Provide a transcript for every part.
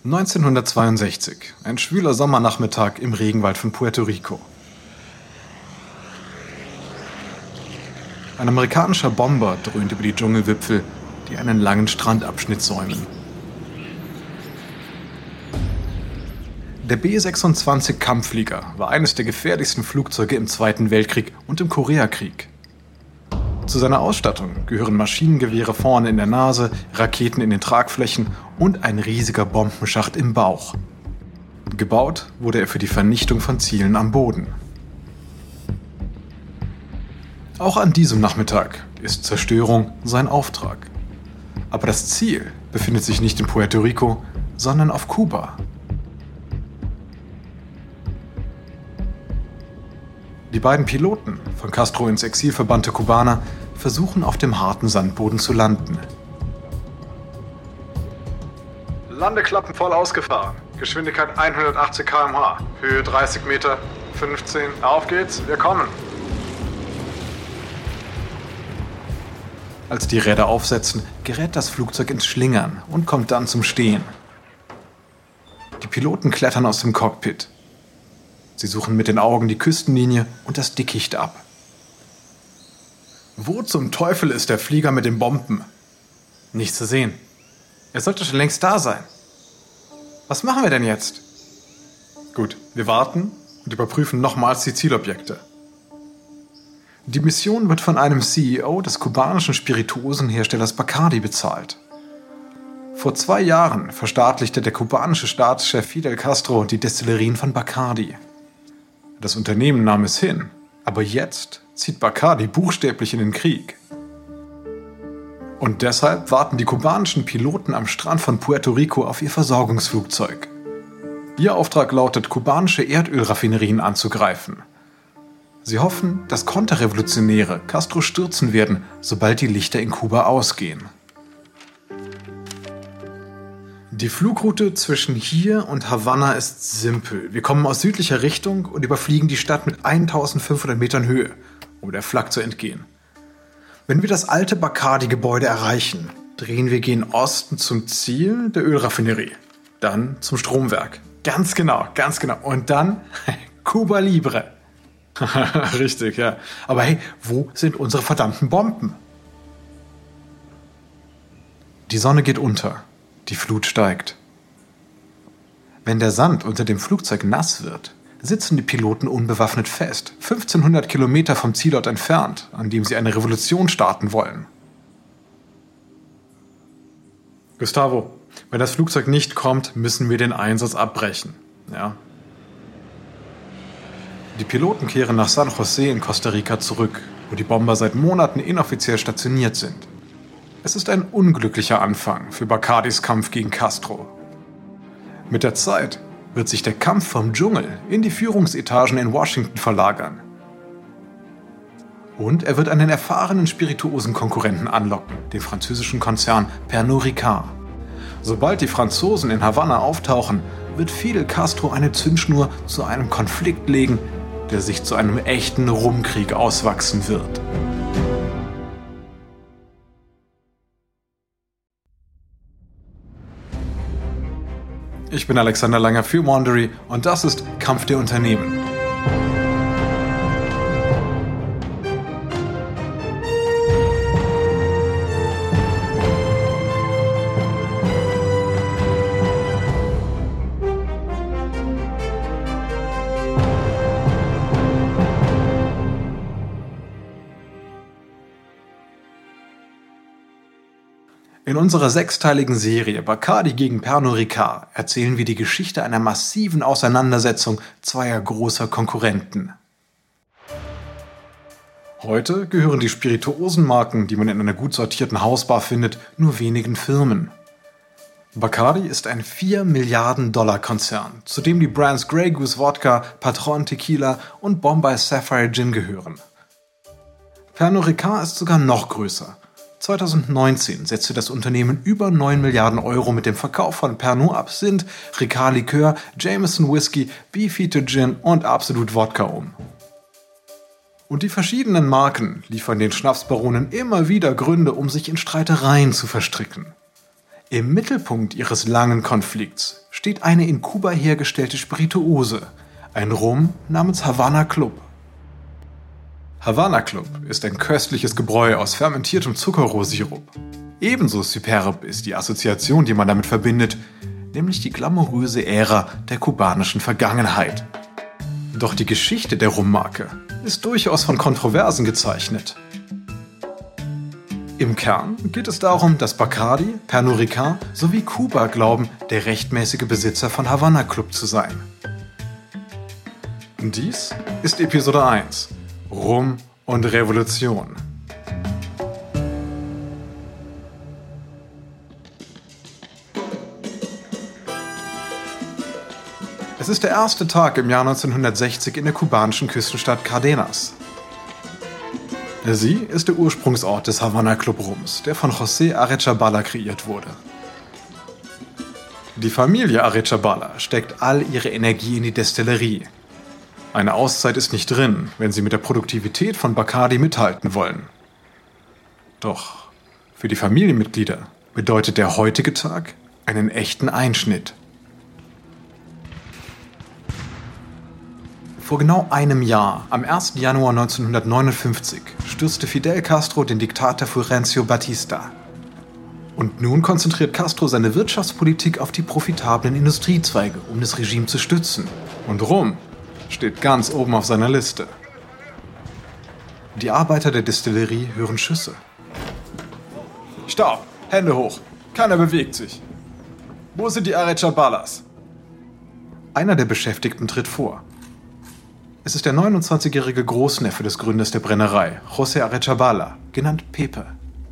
1962, ein schwüler Sommernachmittag im Regenwald von Puerto Rico. Ein amerikanischer Bomber dröhnt über die Dschungelwipfel, die einen langen Strandabschnitt säumen. Der B-26 Kampfflieger war eines der gefährlichsten Flugzeuge im Zweiten Weltkrieg und im Koreakrieg. Zu seiner Ausstattung gehören Maschinengewehre vorne in der Nase, Raketen in den Tragflächen und ein riesiger Bombenschacht im Bauch. Gebaut wurde er für die Vernichtung von Zielen am Boden. Auch an diesem Nachmittag ist Zerstörung sein Auftrag. Aber das Ziel befindet sich nicht in Puerto Rico, sondern auf Kuba. Die beiden Piloten, von Castro ins Exil verbannte Kubaner, versuchen auf dem harten Sandboden zu landen. Landeklappen voll ausgefahren. Geschwindigkeit 180 km/h. Höhe 30 Meter, 15. Auf geht's, wir kommen. Als die Räder aufsetzen, gerät das Flugzeug ins Schlingern und kommt dann zum Stehen. Die Piloten klettern aus dem Cockpit. Sie suchen mit den Augen die Küstenlinie und das Dickicht ab. Wo zum Teufel ist der Flieger mit den Bomben? Nicht zu sehen. Er sollte schon längst da sein. Was machen wir denn jetzt? Gut, wir warten und überprüfen nochmals die Zielobjekte. Die Mission wird von einem CEO des kubanischen Spirituosenherstellers Bacardi bezahlt. Vor 2 Jahren verstaatlichte der kubanische Staatschef Fidel Castro die Destillerien von Bacardi. Das Unternehmen nahm es hin, aber jetzt zieht Bacardi buchstäblich in den Krieg. Und deshalb warten die kubanischen Piloten am Strand von Puerto Rico auf ihr Versorgungsflugzeug. Ihr Auftrag lautet, kubanische Erdölraffinerien anzugreifen. Sie hoffen, dass Konterrevolutionäre Castro stürzen werden, sobald die Lichter in Kuba ausgehen. Die Flugroute zwischen hier und Havanna ist simpel. Wir kommen aus südlicher Richtung und überfliegen die Stadt mit 1500 Metern Höhe, um der Flak zu entgehen. Wenn wir das alte Bacardi-Gebäude erreichen, drehen wir gen Osten zum Ziel der Ölraffinerie, dann zum Stromwerk. Ganz genau. Und dann Cuba Libre. Richtig, ja. Aber hey, wo sind unsere verdammten Bomben? Die Sonne geht unter. Die Flut steigt. Wenn der Sand unter dem Flugzeug nass wird, sitzen die Piloten unbewaffnet fest, 1500 Kilometer vom Zielort entfernt, an dem sie eine Revolution starten wollen. Gustavo, wenn das Flugzeug nicht kommt, müssen wir den Einsatz abbrechen. Ja. Die Piloten kehren nach San José in Costa Rica zurück, wo die Bomber seit Monaten inoffiziell stationiert sind. Es ist ein unglücklicher Anfang für Bacardis Kampf gegen Castro. Mit der Zeit wird sich der Kampf vom Dschungel in die Führungsetagen in Washington verlagern. Und er wird einen erfahrenen Spirituosenkonkurrenten anlocken, den französischen Konzern Pernod Ricard. Sobald die Franzosen in Havanna auftauchen, wird Fidel Castro eine Zündschnur zu einem Konflikt legen, der sich zu einem echten Rumkrieg auswachsen wird. Ich bin Alexander Langer für Wandery und das ist Kampf der Unternehmen. In unserer 6-teiligen Serie Bacardi gegen Pernod Ricard erzählen wir die Geschichte einer massiven Auseinandersetzung zweier großer Konkurrenten. Heute gehören die Spirituosenmarken, die man in einer gut sortierten Hausbar findet, nur wenigen Firmen. Bacardi ist ein 4 Milliarden $ Konzern, zu dem die Brands Grey Goose Wodka, Patron Tequila und Bombay Sapphire Gin gehören. Pernod Ricard ist sogar noch größer. 2019 setzte das Unternehmen über 9 Milliarden € mit dem Verkauf von Pernod Absinth, Ricard Likör, Jameson Whisky, Beefeater Gin und Absolut Wodka um. Und die verschiedenen Marken liefern den Schnapsbaronen immer wieder Gründe, um sich in Streitereien zu verstricken. Im Mittelpunkt ihres langen Konflikts steht eine in Kuba hergestellte Spirituose, ein Rum namens Havana Club. Havana Club ist ein köstliches Gebräu aus fermentiertem Zuckerrohrsirup. Ebenso superb ist die Assoziation, die man damit verbindet, nämlich die glamouröse Ära der kubanischen Vergangenheit. Doch die Geschichte der Rummarke ist durchaus von Kontroversen gezeichnet. Im Kern geht es darum, dass Bacardi, Pernod Ricard sowie Kuba glauben, der rechtmäßige Besitzer von Havana Club zu sein. Und dies ist Episode 1: Rum und Revolution. Es ist der erste Tag im Jahr 1960 in der kubanischen Küstenstadt Cardenas. Sie ist der Ursprungsort des Havana Club Rums, der von José Arechabala kreiert wurde. Die Familie Arechabala steckt all ihre Energie in die Destillerie. Eine Auszeit ist nicht drin, wenn sie mit der Produktivität von Bacardi mithalten wollen. Doch für die Familienmitglieder bedeutet der heutige Tag einen echten Einschnitt. Vor genau einem Jahr, am 1. Januar 1959, stürzte Fidel Castro den Diktator Fulgencio Batista. Und nun konzentriert Castro seine Wirtschaftspolitik auf die profitablen Industriezweige, um das Regime zu stützen. Und Rum steht ganz oben auf seiner Liste. Die Arbeiter der Destillerie hören Schüsse. Stopp! Hände hoch! Keiner bewegt sich! Wo sind die Arechabalas? Einer der Beschäftigten tritt vor. Es ist der 29-jährige Großneffe des Gründers der Brennerei, José Arechabala, genannt Pepe.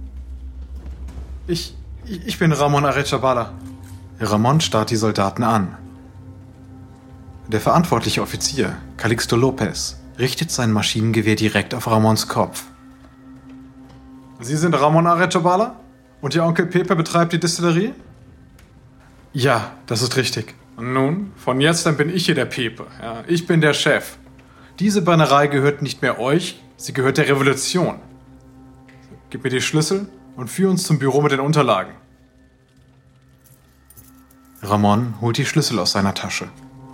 Ich bin Ramón Arechabala. Ramón starrt die Soldaten an. Der verantwortliche Offizier, Calixto López, richtet sein Maschinengewehr direkt auf Ramons Kopf. Sie sind Ramón Arechabala? Und Ihr Onkel Pepe betreibt die Destillerie? Ja, das ist richtig. Und nun, von jetzt an bin ich hier der Pepe. Ja, ich bin der Chef. Diese Brennerei gehört nicht mehr euch, sie gehört der Revolution. Gib mir die Schlüssel und führ uns zum Büro mit den Unterlagen. Ramón holt die Schlüssel aus seiner Tasche.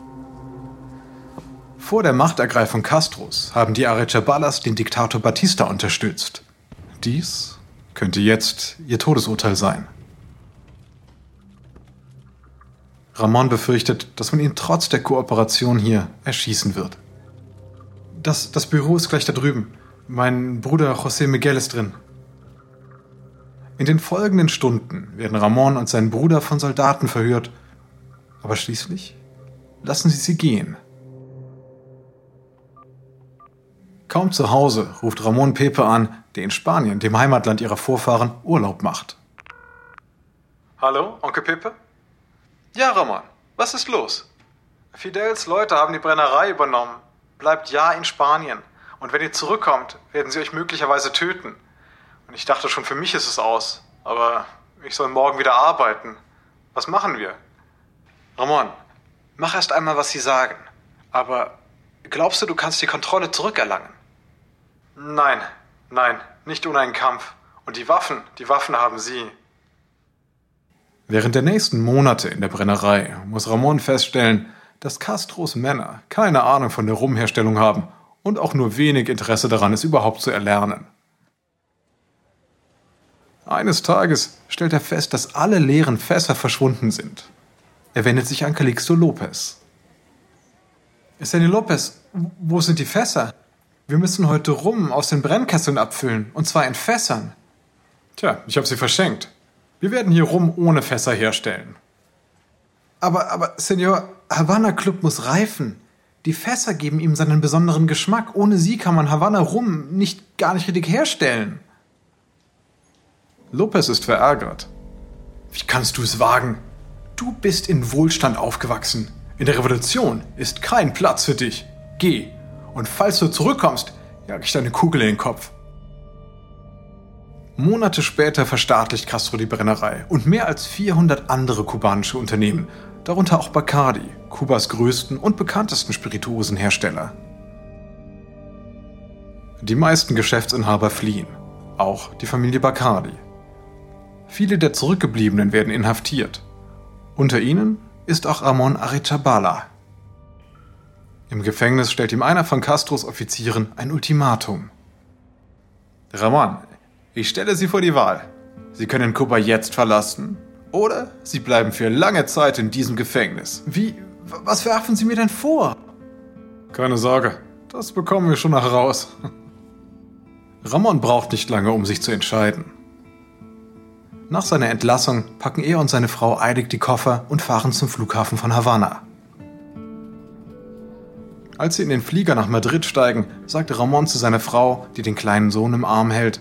Vor der Machtergreifung Castros haben die Arechabalas den Diktator Batista unterstützt. Dies könnte jetzt ihr Todesurteil sein. Ramón befürchtet, dass man ihn trotz der Kooperation hier erschießen wird. Das Büro ist gleich da drüben. Mein Bruder José Miguel ist drin. In den folgenden Stunden werden Ramón und sein Bruder von Soldaten verhört. Aber schließlich lassen sie gehen. Kaum zu Hause ruft Ramón Pepe an, der in Spanien, dem Heimatland ihrer Vorfahren, Urlaub macht. Hallo, Onkel Pepe? Ja, Ramón, was ist los? Fidels Leute haben die Brennerei übernommen. Bleibt ja in Spanien. Und wenn ihr zurückkommt, werden sie euch möglicherweise töten. Und ich dachte schon, für mich ist es aus. Aber ich soll morgen wieder arbeiten. Was machen wir? Ramón, mach erst einmal, was sie sagen. Aber glaubst du, du kannst die Kontrolle zurückerlangen? Nein, nicht ohne einen Kampf. Und die Waffen haben sie. Während der nächsten Monate in der Brennerei muss Ramón feststellen, dass Castros Männer keine Ahnung von der Rumherstellung haben und auch nur wenig Interesse daran, es überhaupt zu erlernen. Eines Tages stellt er fest, dass alle leeren Fässer verschwunden sind. Er wendet sich an Calixto López. Señor López, wo sind die Fässer? Wir müssen heute Rum aus den Brennkesseln abfüllen, und zwar in Fässern. Tja, ich habe sie verschenkt. Wir werden hier Rum ohne Fässer herstellen. Aber, Senor, Havana Club muss reifen. Die Fässer geben ihm seinen besonderen Geschmack. Ohne sie kann man Havana Rum gar nicht richtig herstellen. López ist verärgert. Wie kannst du es wagen? Du bist in Wohlstand aufgewachsen. In der Revolution ist kein Platz für dich. Geh. Und falls du zurückkommst, jag ich deine Kugel in den Kopf. Monate später verstaatlicht Castro die Brennerei und mehr als 400 andere kubanische Unternehmen, darunter auch Bacardi, Kubas größten und bekanntesten Spirituosenhersteller. Die meisten Geschäftsinhaber fliehen, auch die Familie Bacardi. Viele der Zurückgebliebenen werden inhaftiert. Unter ihnen ist auch Ramón Arechabala. Im Gefängnis stellt ihm einer von Castros Offizieren ein Ultimatum. Ramón, ich stelle Sie vor die Wahl. Sie können Kuba jetzt verlassen oder Sie bleiben für lange Zeit in diesem Gefängnis. Wie? Was werfen Sie mir denn vor? Keine Sorge, das bekommen wir schon noch raus. Ramón braucht nicht lange, um sich zu entscheiden. Nach seiner Entlassung packen er und seine Frau eilig die Koffer und fahren zum Flughafen von Havanna. Als sie in den Flieger nach Madrid steigen, sagt Ramón zu seiner Frau, die den kleinen Sohn im Arm hält: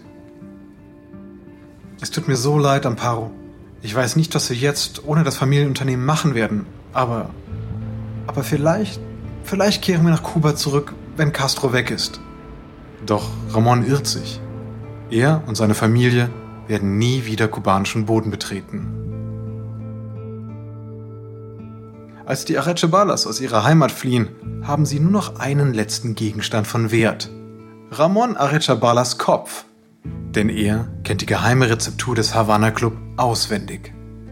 Es tut mir so leid, Amparo. Ich weiß nicht, was wir jetzt ohne das Familienunternehmen machen werden, aber vielleicht kehren wir nach Kuba zurück, wenn Castro weg ist. Doch Ramón irrt sich. Er und seine Familie werden nie wieder kubanischen Boden betreten. Als die Arechabalas aus ihrer Heimat fliehen, haben sie nur noch einen letzten Gegenstand von Wert: Ramón Arechabalas Kopf. Denn er kennt die geheime Rezeptur des Havana Club auswendig.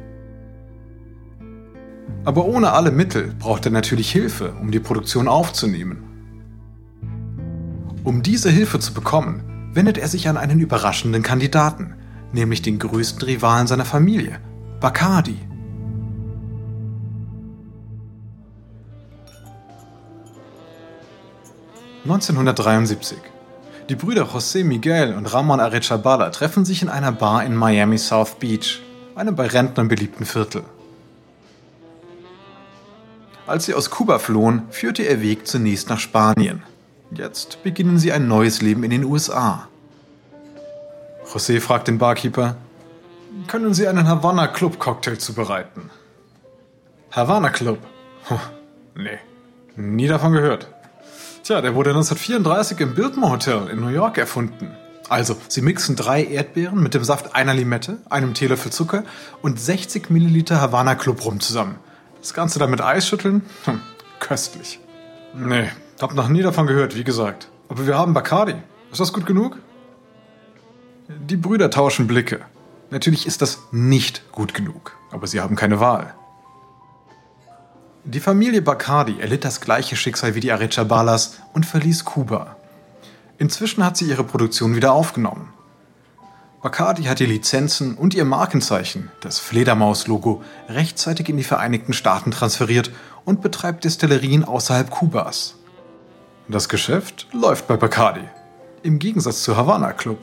Aber ohne alle Mittel braucht er natürlich Hilfe, um die Produktion aufzunehmen. Um diese Hilfe zu bekommen, wendet er sich an einen überraschenden Kandidaten, nämlich den größten Rivalen seiner Familie, Bacardi. (1973) Die Brüder José Miguel und Ramón Arechabala treffen sich in einer Bar in Miami South Beach, einem bei Rentnern beliebten Viertel. Als sie aus Kuba flohen, führte ihr Weg zunächst nach Spanien. Jetzt beginnen sie ein neues Leben in den USA. José fragt den Barkeeper: Können Sie einen Havana Club Cocktail zubereiten? Havana Club? Nee, nie davon gehört. Tja, der wurde 1934 im Biltmore Hotel in New York erfunden. Also, Sie mixen 3 Erdbeeren mit dem Saft einer Limette, einem Teelöffel Zucker und 60 Milliliter Havana Club Rum zusammen. Das Ganze dann mit Eis schütteln? Köstlich. Nee, hab noch nie davon gehört, wie gesagt. Aber wir haben Bacardi. Ist das gut genug? Die Brüder tauschen Blicke. Natürlich ist das nicht gut genug, aber sie haben keine Wahl. Die Familie Bacardi erlitt das gleiche Schicksal wie die Arechabalas und verließ Kuba. Inzwischen hat sie ihre Produktion wieder aufgenommen. Bacardi hat die Lizenzen und ihr Markenzeichen, das Fledermaus-Logo, rechtzeitig in die Vereinigten Staaten transferiert und betreibt Destillerien außerhalb Kubas. Das Geschäft läuft bei Bacardi, im Gegensatz zu Havana Club.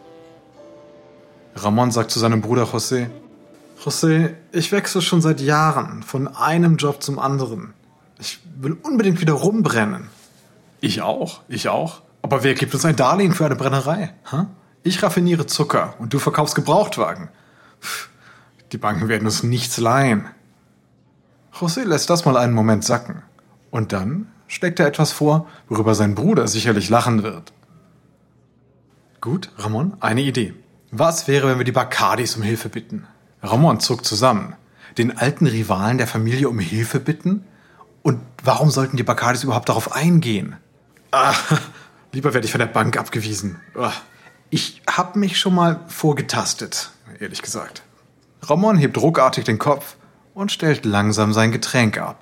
Ramón sagt zu seinem Bruder José: José, ich wechsle schon seit Jahren von einem Job zum anderen. Ich will unbedingt wieder rumbrennen. Ich auch. Aber wer gibt uns ein Darlehen für eine Brennerei? Ich raffiniere Zucker und du verkaufst Gebrauchtwagen. Die Banken werden uns nichts leihen. José lässt das mal einen Moment sacken. Und dann schlägt er etwas vor, worüber sein Bruder sicherlich lachen wird. Gut, Ramón, eine Idee. Was wäre, wenn wir die Bacardis um Hilfe bitten? Ramón zuckt zusammen. Den alten Rivalen der Familie um Hilfe bitten? Und warum sollten die Bacardis überhaupt darauf eingehen? Lieber werde ich von der Bank abgewiesen. Ich habe mich schon mal vorgetastet, ehrlich gesagt. Ramón hebt ruckartig den Kopf und stellt langsam sein Getränk ab.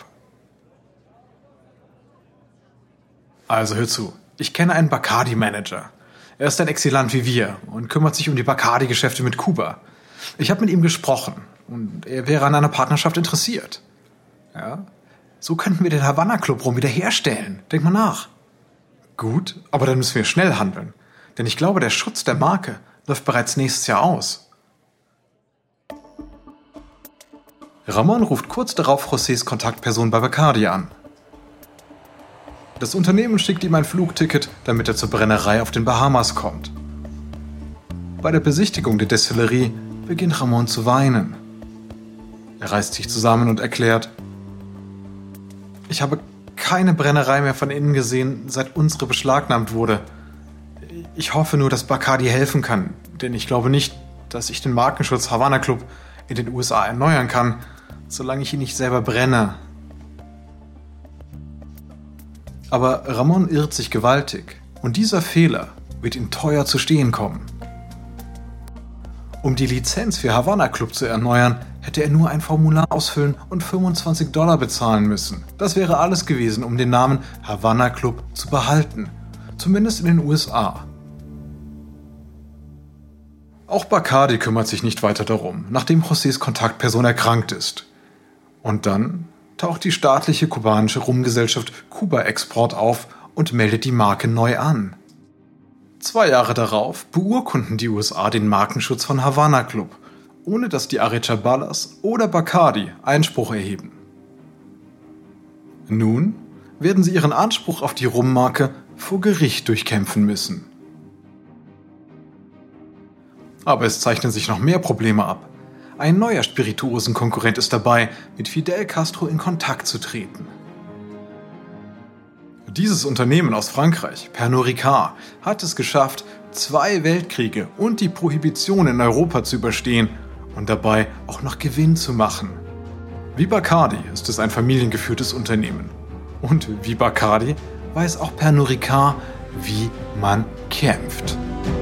Also hör zu, ich kenne einen Bacardi-Manager. Er ist ein Exilant wie wir und kümmert sich um die Bacardi-Geschäfte mit Kuba. Ich habe mit ihm gesprochen und er wäre an einer Partnerschaft interessiert. Ja, so könnten wir den Havana Club Rum wiederherstellen. Denk mal nach. Gut, aber dann müssen wir schnell handeln. Denn ich glaube, der Schutz der Marke läuft bereits nächstes Jahr aus. Ramón ruft kurz darauf Josés Kontaktperson bei Bacardi an. Das Unternehmen schickt ihm ein Flugticket, damit er zur Brennerei auf den Bahamas kommt. Bei der Besichtigung der Destillerie beginnt Ramón zu weinen. Er reißt sich zusammen und erklärt: Ich habe keine Brennerei mehr von innen gesehen, seit unsere beschlagnahmt wurde. Ich hoffe nur, dass Bacardi helfen kann, denn ich glaube nicht, dass ich den Markenschutz Havana Club in den USA erneuern kann, solange ich ihn nicht selber brenne. Aber Ramón irrt sich gewaltig und dieser Fehler wird ihm teuer zu stehen kommen. Um die Lizenz für Havana Club zu erneuern, hätte er nur ein Formular ausfüllen und $25 bezahlen müssen. Das wäre alles gewesen, um den Namen Havana Club zu behalten. Zumindest in den USA. Auch Bacardi kümmert sich nicht weiter darum, nachdem Josés Kontaktperson erkrankt ist. Und dann taucht die staatliche kubanische Rumgesellschaft Cuba Export auf und meldet die Marke neu an. 2 Jahre darauf beurkunden die USA den Markenschutz von Havana Club, ohne dass die Arechabalas oder Bacardi Einspruch erheben. Nun werden sie ihren Anspruch auf die Rummarke vor Gericht durchkämpfen müssen. Aber es zeichnen sich noch mehr Probleme ab. Ein neuer Spirituosenkonkurrent ist dabei, mit Fidel Castro in Kontakt zu treten. Dieses Unternehmen aus Frankreich, Pernod Ricard, hat es geschafft, 2 Weltkriege und die Prohibition in Europa zu überstehen und dabei auch noch Gewinn zu machen. Wie Bacardi ist es ein familiengeführtes Unternehmen. Und wie Bacardi weiß auch Pernod Ricard, wie man kämpft.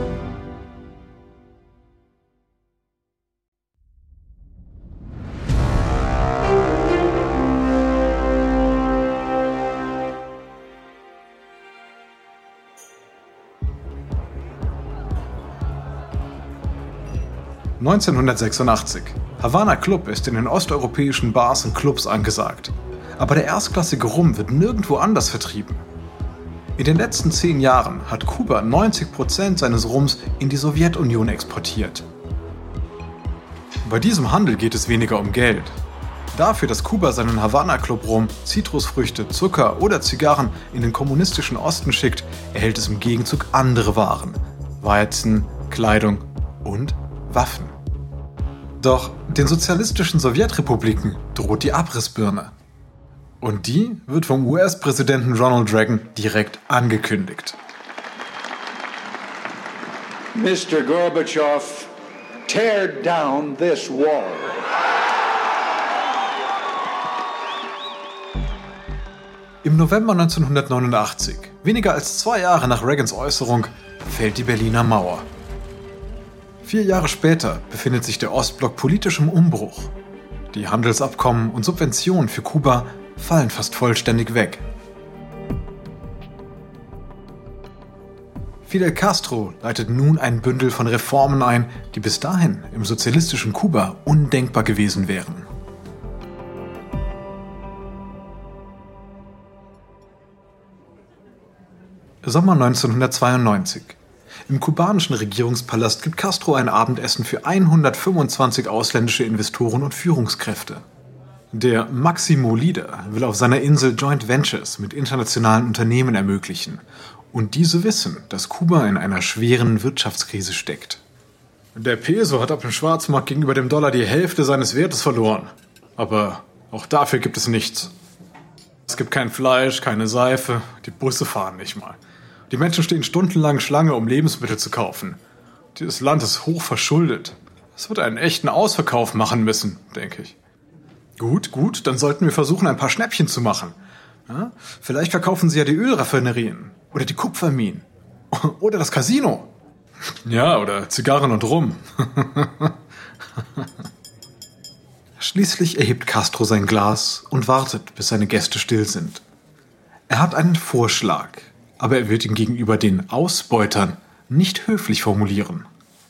(1986) Havana Club ist in den osteuropäischen Bars und Clubs angesagt. Aber der erstklassige Rum wird nirgendwo anders vertrieben. In den letzten 10 Jahren hat Kuba 90% seines Rums in die Sowjetunion exportiert. Bei diesem Handel geht es weniger um Geld. Dafür, dass Kuba seinen Havana Club Rum, Zitrusfrüchte, Zucker oder Zigarren in den kommunistischen Osten schickt, erhält es im Gegenzug andere Waren: Weizen, Kleidung und Waffen. Doch den sozialistischen Sowjetrepubliken droht die Abrissbirne. Und die wird vom US-Präsidenten Ronald Reagan direkt angekündigt. Mr. Gorbachev, tear down this wall. Im November 1989, weniger als 2 Jahre nach Reagans Äußerung, fällt die Berliner Mauer. 4 Jahre später befindet sich der Ostblock politisch im Umbruch. Die Handelsabkommen und Subventionen für Kuba fallen fast vollständig weg. Fidel Castro leitet nun ein Bündel von Reformen ein, die bis dahin im sozialistischen Kuba undenkbar gewesen wären. Sommer 1992. Im kubanischen Regierungspalast gibt Castro ein Abendessen für 125 ausländische Investoren und Führungskräfte. Der Maximo-Leader will auf seiner Insel Joint Ventures mit internationalen Unternehmen ermöglichen. Und diese wissen, dass Kuba in einer schweren Wirtschaftskrise steckt. Der Peso hat auf dem Schwarzmarkt gegenüber dem Dollar die Hälfte seines Wertes verloren. Aber auch dafür gibt es nichts. Es gibt kein Fleisch, keine Seife, die Busse fahren nicht mal. Die Menschen stehen stundenlang Schlange, um Lebensmittel zu kaufen. Dieses Land ist hoch verschuldet. Es wird einen echten Ausverkauf machen müssen, denke ich. Gut, dann sollten wir versuchen, ein paar Schnäppchen zu machen. Ja? Vielleicht verkaufen sie ja die Ölraffinerien oder die Kupferminen oder das Casino. Ja, oder Zigarren und Rum. Schließlich erhebt Castro sein Glas und wartet, bis seine Gäste still sind. Er hat einen Vorschlag, aber er wird ihn gegenüber den Ausbeutern nicht höflich formulieren.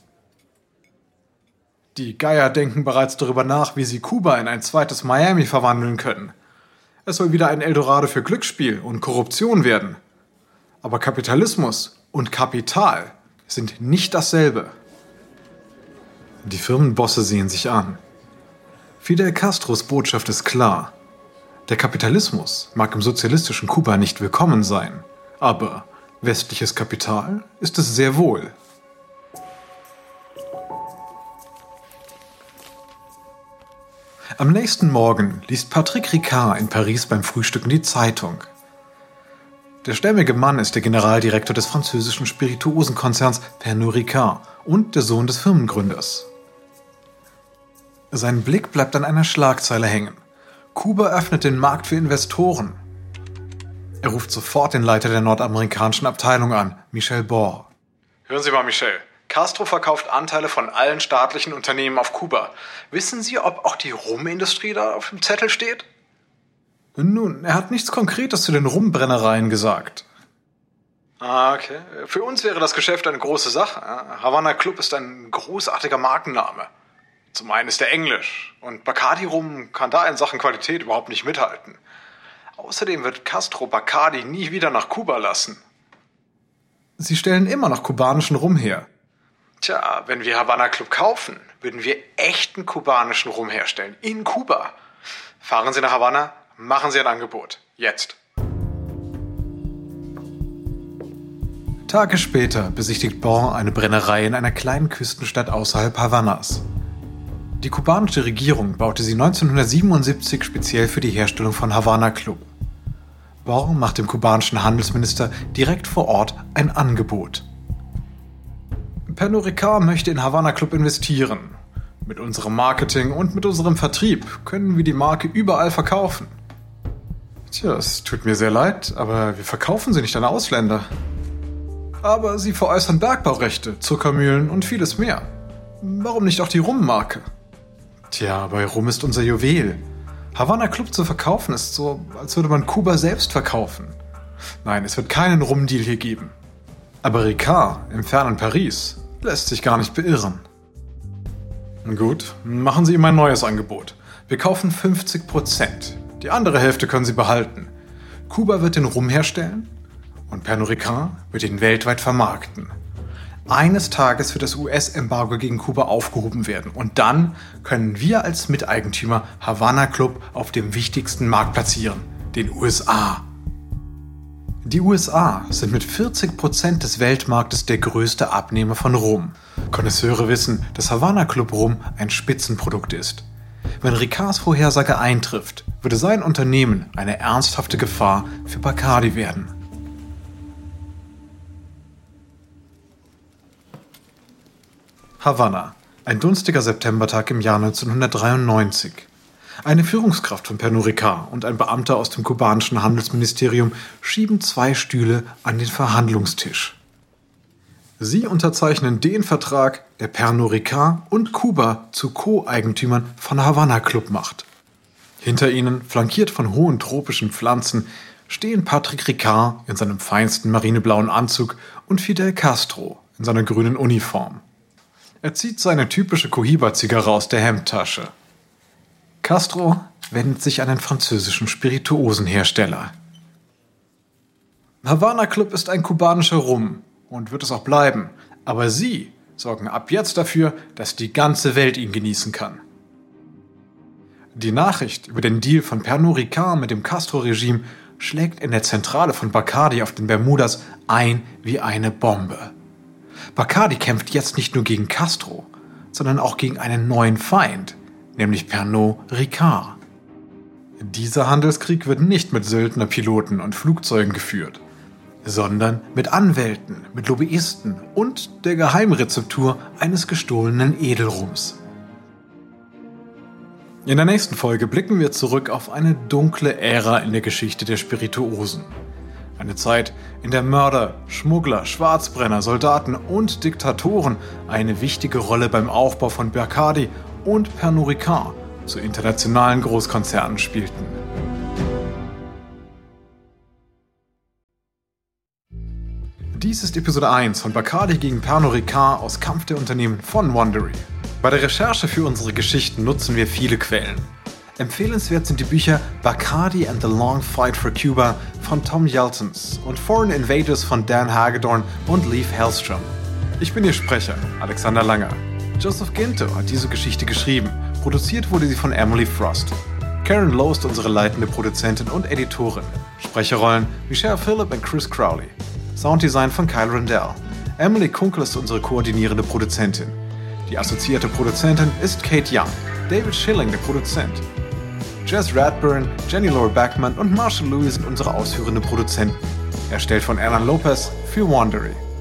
Die Geier denken bereits darüber nach, wie sie Kuba in ein zweites Miami verwandeln können. Es soll wieder ein Eldorado für Glücksspiel und Korruption werden. Aber Kapitalismus und Kapital sind nicht dasselbe. Die Firmenbosse sehen sich an. Fidel Castros Botschaft ist klar. Der Kapitalismus mag im sozialistischen Kuba nicht willkommen sein, aber westliches Kapital ist es sehr wohl. Am nächsten Morgen liest Patrick Ricard in Paris beim Frühstücken die Zeitung. Der stämmige Mann ist der Generaldirektor des französischen Spirituosenkonzerns Pernod Ricard und der Sohn des Firmengründers. Sein Blick bleibt an einer Schlagzeile hängen. Kuba öffnet den Markt für Investoren. Er ruft sofort den Leiter der nordamerikanischen Abteilung an, Michel Bord. Hören Sie mal, Michel. Castro verkauft Anteile von allen staatlichen Unternehmen auf Kuba. Wissen Sie, ob auch die Rumindustrie da auf dem Zettel steht? Nun, er hat nichts Konkretes zu den Rumbrennereien gesagt. Okay. Für uns wäre das Geschäft eine große Sache. Havana Club ist ein großartiger Markenname. Zum einen ist er englisch und Bacardi Rum kann da in Sachen Qualität überhaupt nicht mithalten. Außerdem wird Castro Bacardi nie wieder nach Kuba lassen. Sie stellen immer noch kubanischen Rum her. Tja, wenn wir Havana Club kaufen, würden wir echten kubanischen Rum herstellen. In Kuba. Fahren Sie nach Havanna, machen Sie ein Angebot. Jetzt. Tage später besichtigt Bon eine Brennerei in einer kleinen Küstenstadt außerhalb Havannas. Die kubanische Regierung baute sie 1977 speziell für die Herstellung von Havana Club. Bon macht dem kubanischen Handelsminister direkt vor Ort ein Angebot. Pernod Ricard möchte in Havana Club investieren. Mit unserem Marketing und mit unserem Vertrieb können wir die Marke überall verkaufen. Tja, es tut mir sehr leid, aber wir verkaufen sie nicht an Ausländer. Aber sie veräußern Bergbaurechte, Zuckermühlen und vieles mehr. Warum nicht auch die Rummarke? Tja, bei Rum ist unser Juwel. Havana Club zu verkaufen ist so, als würde man Kuba selbst verkaufen. Nein, es wird keinen Rum-Deal hier geben. Aber Ricard im fernen Paris lässt sich gar nicht beirren. Gut, machen Sie ihm ein neues Angebot. Wir kaufen 50%. Die andere Hälfte können Sie behalten. Kuba wird den Rum herstellen und Pernod Ricard wird ihn weltweit vermarkten. Eines Tages wird das US-Embargo gegen Kuba aufgehoben werden und dann können wir als Miteigentümer Havana Club auf dem wichtigsten Markt platzieren, den USA. Die USA sind mit 40% des Weltmarktes der größte Abnehmer von Rum. Konnoisseure wissen, dass Havana Club Rum ein Spitzenprodukt ist. Wenn Ricards Vorhersage eintrifft, würde sein Unternehmen eine ernsthafte Gefahr für Bacardi werden. Havanna, ein dunstiger Septembertag im Jahr 1993. Eine Führungskraft von Pernod Ricard und ein Beamter aus dem kubanischen Handelsministerium schieben 2 Stühle an den Verhandlungstisch. Sie unterzeichnen den Vertrag, der Pernod Ricard und Kuba zu Co-Eigentümern von Havana Club macht. Hinter ihnen, flankiert von hohen tropischen Pflanzen, stehen Patrick Ricard in seinem feinsten marineblauen Anzug und Fidel Castro in seiner grünen Uniform. Er zieht seine typische Cohiba-Zigarre aus der Hemdtasche. Castro wendet sich an den französischen Spirituosenhersteller. Havana Club ist ein kubanischer Rum und wird es auch bleiben, aber Sie sorgen ab jetzt dafür, dass die ganze Welt ihn genießen kann. Die Nachricht über den Deal von Pernod Ricard mit dem Castro-Regime schlägt in der Zentrale von Bacardi auf den Bermudas ein wie eine Bombe. Bacardi kämpft jetzt nicht nur gegen Castro, sondern auch gegen einen neuen Feind, nämlich Pernod Ricard. Dieser Handelskrieg wird nicht mit Söldnerpiloten und Flugzeugen geführt, sondern mit Anwälten, mit Lobbyisten und der Geheimrezeptur eines gestohlenen Edelrums. In der nächsten Folge blicken wir zurück auf eine dunkle Ära in der Geschichte der Spirituosen. Eine Zeit, in der Mörder, Schmuggler, Schwarzbrenner, Soldaten und Diktatoren eine wichtige Rolle beim Aufbau von Bacardi und Pernod Ricard zu internationalen Großkonzernen spielten. Dies ist Episode 1 von Bacardi gegen Pernod Ricard aus Kampf der Unternehmen von Wondery. Bei der Recherche für unsere Geschichten nutzen wir viele Quellen. Empfehlenswert sind die Bücher Bacardi and the Long Fight for Cuba von Tom Yeltons und Foreign Invaders von Dan Hagedorn und Leif Hellstrom. Ich bin Ihr Sprecher, Alexander Langer. Joseph Ginto hat diese Geschichte geschrieben. Produziert wurde sie von Emily Frost. Karen Lowe ist unsere leitende Produzentin und Editorin. Sprecherrollen wie Sheriff Phillip und Chris Crowley. Sounddesign von Kyle Rendell. Emily Kunkel ist unsere koordinierende Produzentin. Die assoziierte Produzentin ist Kate Young. David Schilling, der Produzent. Jess Radburn, Jenny Laura Backman und Marshall Lewis sind unsere ausführenden Produzenten. Erstellt von Alan Lopez für Wondery.